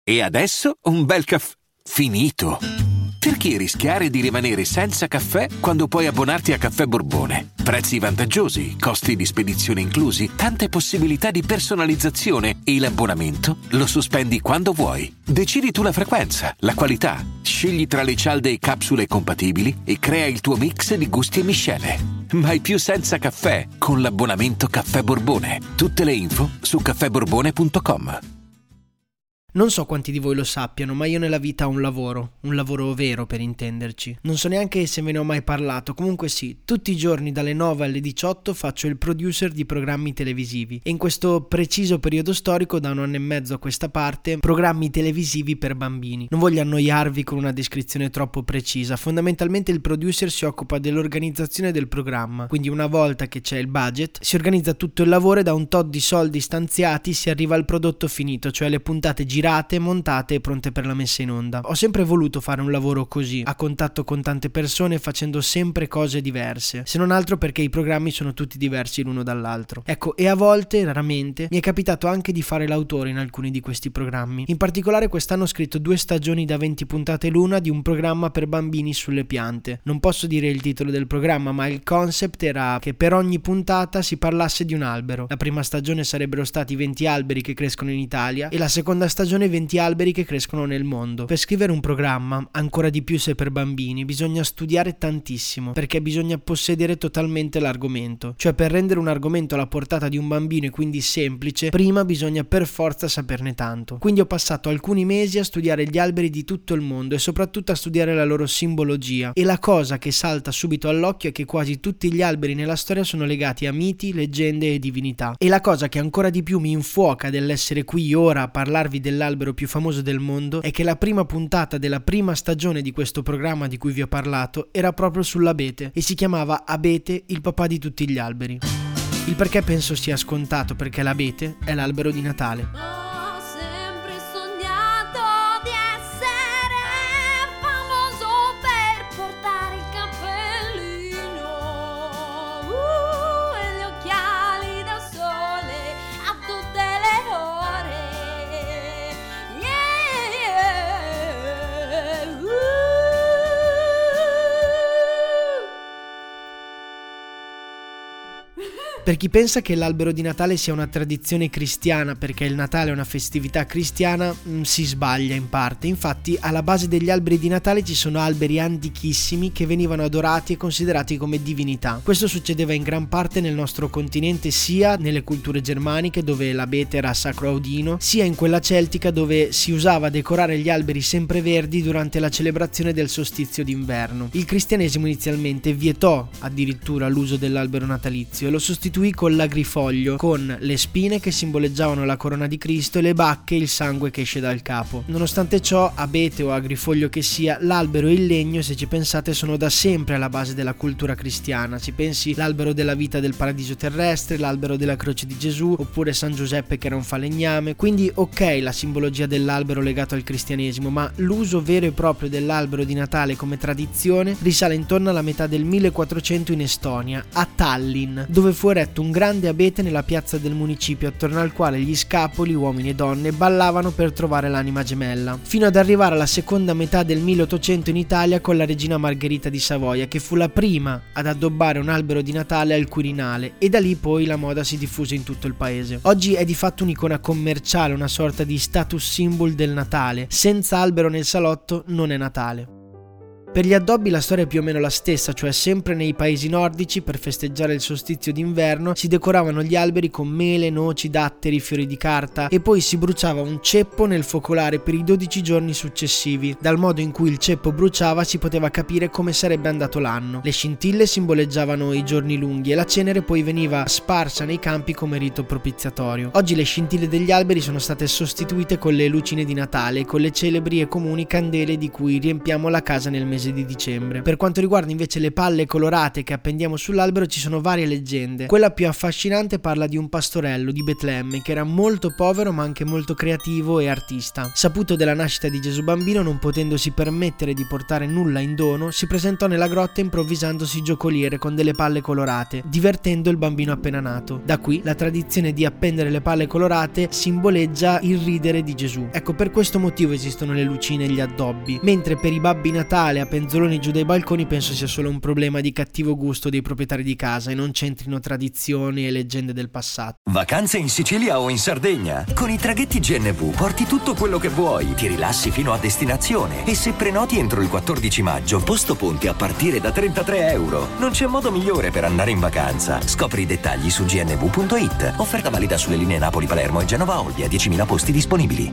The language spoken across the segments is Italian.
E adesso un bel caffè finito. Perché rischiare di rimanere senza caffè quando puoi abbonarti a Caffè Borbone? Prezzi vantaggiosi, costi di spedizione inclusi, tante possibilità di personalizzazione e l'abbonamento lo sospendi quando vuoi. Decidi tu la frequenza, la qualità, scegli tra le cialde e capsule compatibili e crea il tuo mix di gusti e miscele. Mai più senza caffè con l'abbonamento Caffè Borbone. Tutte le info su caffèborbone.com. Non so quanti di voi lo sappiano, ma io nella vita ho un lavoro vero per intenderci. Non so neanche se ve ne ho mai parlato, comunque sì, tutti i giorni dalle 9 alle 18 faccio il producer di programmi televisivi e in questo preciso periodo storico, da 1 anno e mezzo a questa parte, programmi televisivi per bambini. Non voglio annoiarvi con una descrizione troppo precisa, fondamentalmente il producer si occupa dell'organizzazione del programma, quindi una volta che c'è il budget, si organizza tutto il lavoro e da un tot di soldi stanziati si arriva al prodotto finito, cioè le puntate girate, montate e pronte per la messa in onda. Ho sempre voluto fare un lavoro così, a contatto con tante persone, facendo sempre cose diverse, se non altro perché i programmi sono tutti diversi l'uno dall'altro. Ecco, e a volte, raramente, mi è capitato anche di fare l'autore in alcuni di questi programmi. In particolare quest'anno ho scritto 2 stagioni da 20 puntate l'una di un programma per bambini sulle piante. Non posso dire il titolo del programma, ma il concept era che per ogni puntata si parlasse di un albero. La prima stagione sarebbero stati 20 alberi che crescono in Italia e la seconda stagione 20 alberi che crescono nel mondo. Per scrivere un programma, ancora di più se per bambini, bisogna studiare tantissimo, perché bisogna possedere totalmente l'argomento. Cioè, per rendere un argomento alla portata di un bambino e quindi semplice, prima bisogna per forza saperne tanto. Quindi ho passato alcuni mesi a studiare gli alberi di tutto il mondo e soprattutto a studiare la loro simbologia. E la cosa che salta subito all'occhio è che quasi tutti gli alberi nella storia sono legati a miti, leggende e divinità. E la cosa che ancora di più mi infuoca dell'essere qui ora a parlarvi dell'albero più famoso del mondo è che la prima puntata della prima stagione di questo programma di cui vi ho parlato era proprio sull'abete e si chiamava Abete, il papà di tutti gli alberi. Il perché penso sia scontato, perché l'abete è l'albero di Natale. Per chi pensa che l'albero di Natale sia una tradizione cristiana perché il Natale è una festività cristiana, si sbaglia in parte. Infatti alla base degli alberi di Natale ci sono alberi antichissimi che venivano adorati e considerati come divinità. Questo succedeva in gran parte nel nostro continente, sia nelle culture germaniche dove l'abete era sacro a Odino, sia in quella celtica dove si usava decorare gli alberi sempreverdi durante la celebrazione del solstizio d'inverno. Il cristianesimo inizialmente vietò addirittura l'uso dell'albero natalizio e lo sostituì con l'agrifoglio, con le spine che simboleggiavano la corona di Cristo e le bacche, il sangue che esce dal capo. Nonostante ciò, abete o agrifoglio che sia, l'albero e il legno, se ci pensate, sono da sempre alla base della cultura cristiana. Ci pensi l'albero della vita del paradiso terrestre, l'albero della croce di Gesù, oppure San Giuseppe che era un falegname. Quindi ok la simbologia dell'albero legato al cristianesimo, ma l'uso vero e proprio dell'albero di Natale come tradizione risale intorno alla metà del 1400 in Estonia, a Tallinn, dove fu eretto un grande abete nella piazza del municipio attorno al quale gli scapoli, uomini e donne, ballavano per trovare l'anima gemella, fino ad arrivare alla seconda metà del 1800 in Italia con la regina Margherita di Savoia, che fu la prima ad addobbare un albero di Natale al Quirinale, e da lì poi la moda si diffuse in tutto il paese. Oggi è di fatto un'icona commerciale, una sorta di status symbol del Natale. Senza albero nel salotto non è Natale. Per gli addobbi la storia è più o meno la stessa, cioè sempre nei paesi nordici per festeggiare il solstizio d'inverno si decoravano gli alberi con mele, noci, datteri, fiori di carta e poi si bruciava un ceppo nel focolare per i 12 giorni successivi. Dal modo in cui il ceppo bruciava si poteva capire come sarebbe andato l'anno. Le scintille simboleggiavano i giorni lunghi e la cenere poi veniva sparsa nei campi come rito propiziatorio. Oggi le scintille degli alberi sono state sostituite con le lucine di Natale e con le celebri e comuni candele di cui riempiamo la casa nel mese mese di dicembre. Per quanto riguarda invece le palle colorate che appendiamo sull'albero, ci sono varie leggende. Quella più affascinante parla di un pastorello di Betlemme che era molto povero ma anche molto creativo e artista. Saputo della nascita di Gesù bambino, non potendosi permettere di portare nulla in dono, si presentò nella grotta improvvisandosi giocoliere con delle palle colorate, divertendo il bambino appena nato. Da qui la tradizione di appendere le palle colorate simboleggia il ridere di Gesù. Ecco, per questo motivo esistono le lucine e gli addobbi, mentre per i babbi Natale a penzoloni giù dai balconi penso sia solo un problema di cattivo gusto dei proprietari di casa e non c'entrino tradizioni e leggende del passato. Vacanze in Sicilia o in Sardegna? Con i traghetti GNV porti tutto quello che vuoi, ti rilassi fino a destinazione e se prenoti entro il 14 maggio, posto ponti a partire da €33. Non c'è modo migliore per andare in vacanza. Scopri i dettagli su gnv.it. Offerta valida sulle linee Napoli-Palermo e Genova-Olbia, 10.000 posti disponibili.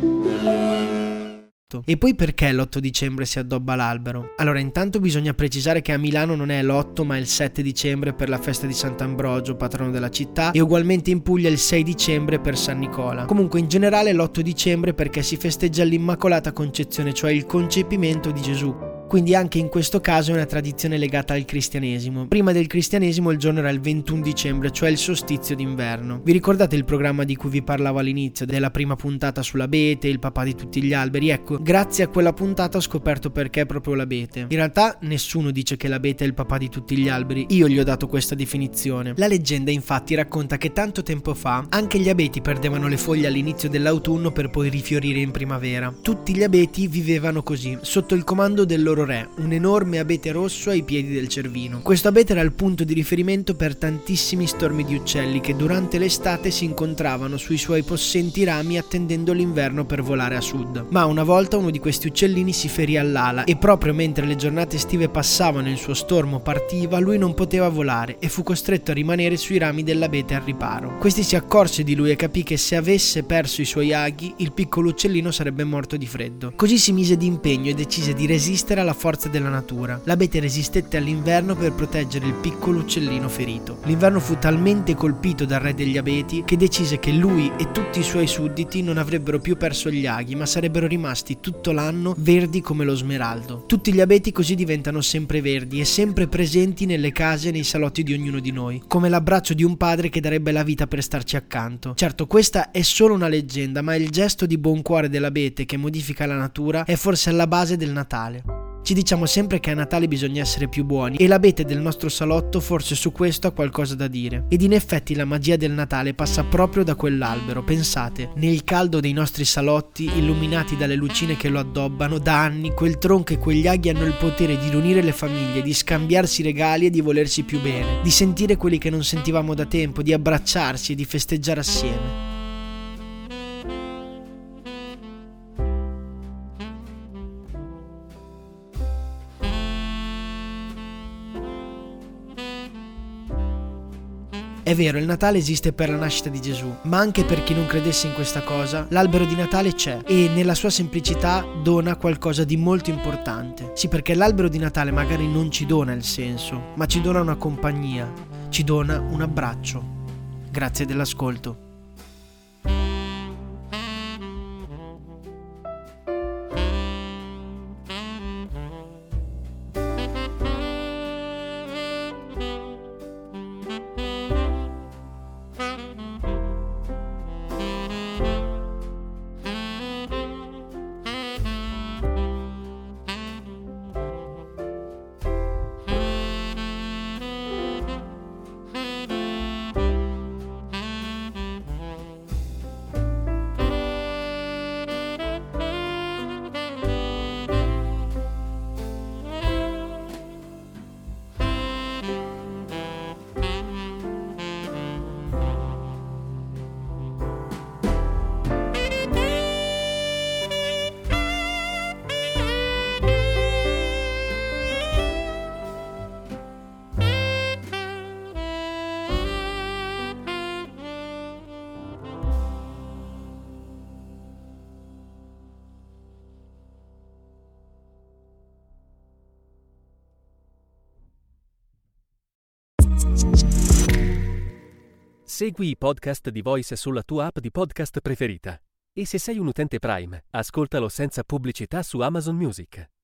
E poi perché l'8 dicembre si addobba l'albero? Allora, intanto bisogna precisare che a Milano non è l'8 ma il 7 dicembre per la festa di Sant'Ambrogio, patrono della città, e ugualmente in Puglia il 6 dicembre per San Nicola. Comunque in generale l'8 dicembre perché si festeggia l'Immacolata Concezione, cioè il concepimento di Gesù. Quindi anche in questo caso è una tradizione legata al cristianesimo. Prima del cristianesimo il giorno era il 21 dicembre, cioè il solstizio d'inverno. Vi ricordate il programma di cui vi parlavo all'inizio, della prima puntata sull'abete, il papà di tutti gli alberi? Ecco, grazie a quella puntata ho scoperto perché proprio l'abete. In realtà nessuno dice che l'abete è il papà di tutti gli alberi, io gli ho dato questa definizione. La leggenda infatti racconta che tanto tempo fa anche gli abeti perdevano le foglie all'inizio dell'autunno per poi rifiorire in primavera. Tutti gli abeti vivevano così, sotto il comando del loro re, un enorme abete rosso ai piedi del Cervino. Questo abete era il punto di riferimento per tantissimi stormi di uccelli che durante l'estate si incontravano sui suoi possenti rami attendendo l'inverno per volare a sud. Ma una volta uno di questi uccellini si ferì all'ala e proprio mentre le giornate estive passavano e il suo stormo partiva, lui non poteva volare e fu costretto a rimanere sui rami dell'abete al riparo. Questi si accorse di lui e capì che se avesse perso i suoi aghi, il piccolo uccellino sarebbe morto di freddo. Così si mise d'impegno e decise di resistere alla forza della natura. L'abete resistette all'inverno per proteggere il piccolo uccellino ferito. L'inverno fu talmente colpito dal re degli abeti che decise che lui e tutti i suoi sudditi non avrebbero più perso gli aghi, ma sarebbero rimasti tutto l'anno verdi come lo smeraldo. Tutti gli abeti così diventano sempre verdi e sempre presenti nelle case e nei salotti di ognuno di noi, come l'abbraccio di un padre che darebbe la vita per starci accanto. Certo, questa è solo una leggenda, ma il gesto di buon cuore dell'abete che modifica la natura è forse alla base del Natale. Ci diciamo sempre che a Natale bisogna essere più buoni e l'abete del nostro salotto forse su questo ha qualcosa da dire. Ed in effetti la magia del Natale passa proprio da quell'albero. Pensate, nel caldo dei nostri salotti, illuminati dalle lucine che lo addobbano, da anni quel tronco e quegli aghi hanno il potere di riunire le famiglie, di scambiarsi regali e di volersi più bene, di sentire quelli che non sentivamo da tempo, di abbracciarsi e di festeggiare assieme. È vero, il Natale esiste per la nascita di Gesù, ma anche per chi non credesse in questa cosa, l'albero di Natale c'è e nella sua semplicità dona qualcosa di molto importante. Sì, perché l'albero di Natale magari non ci dona il senso, ma ci dona una compagnia, ci dona un abbraccio. Grazie dell'ascolto. Segui i podcast di Voice sulla tua app di podcast preferita. E se sei un utente Prime, ascoltalo senza pubblicità su Amazon Music.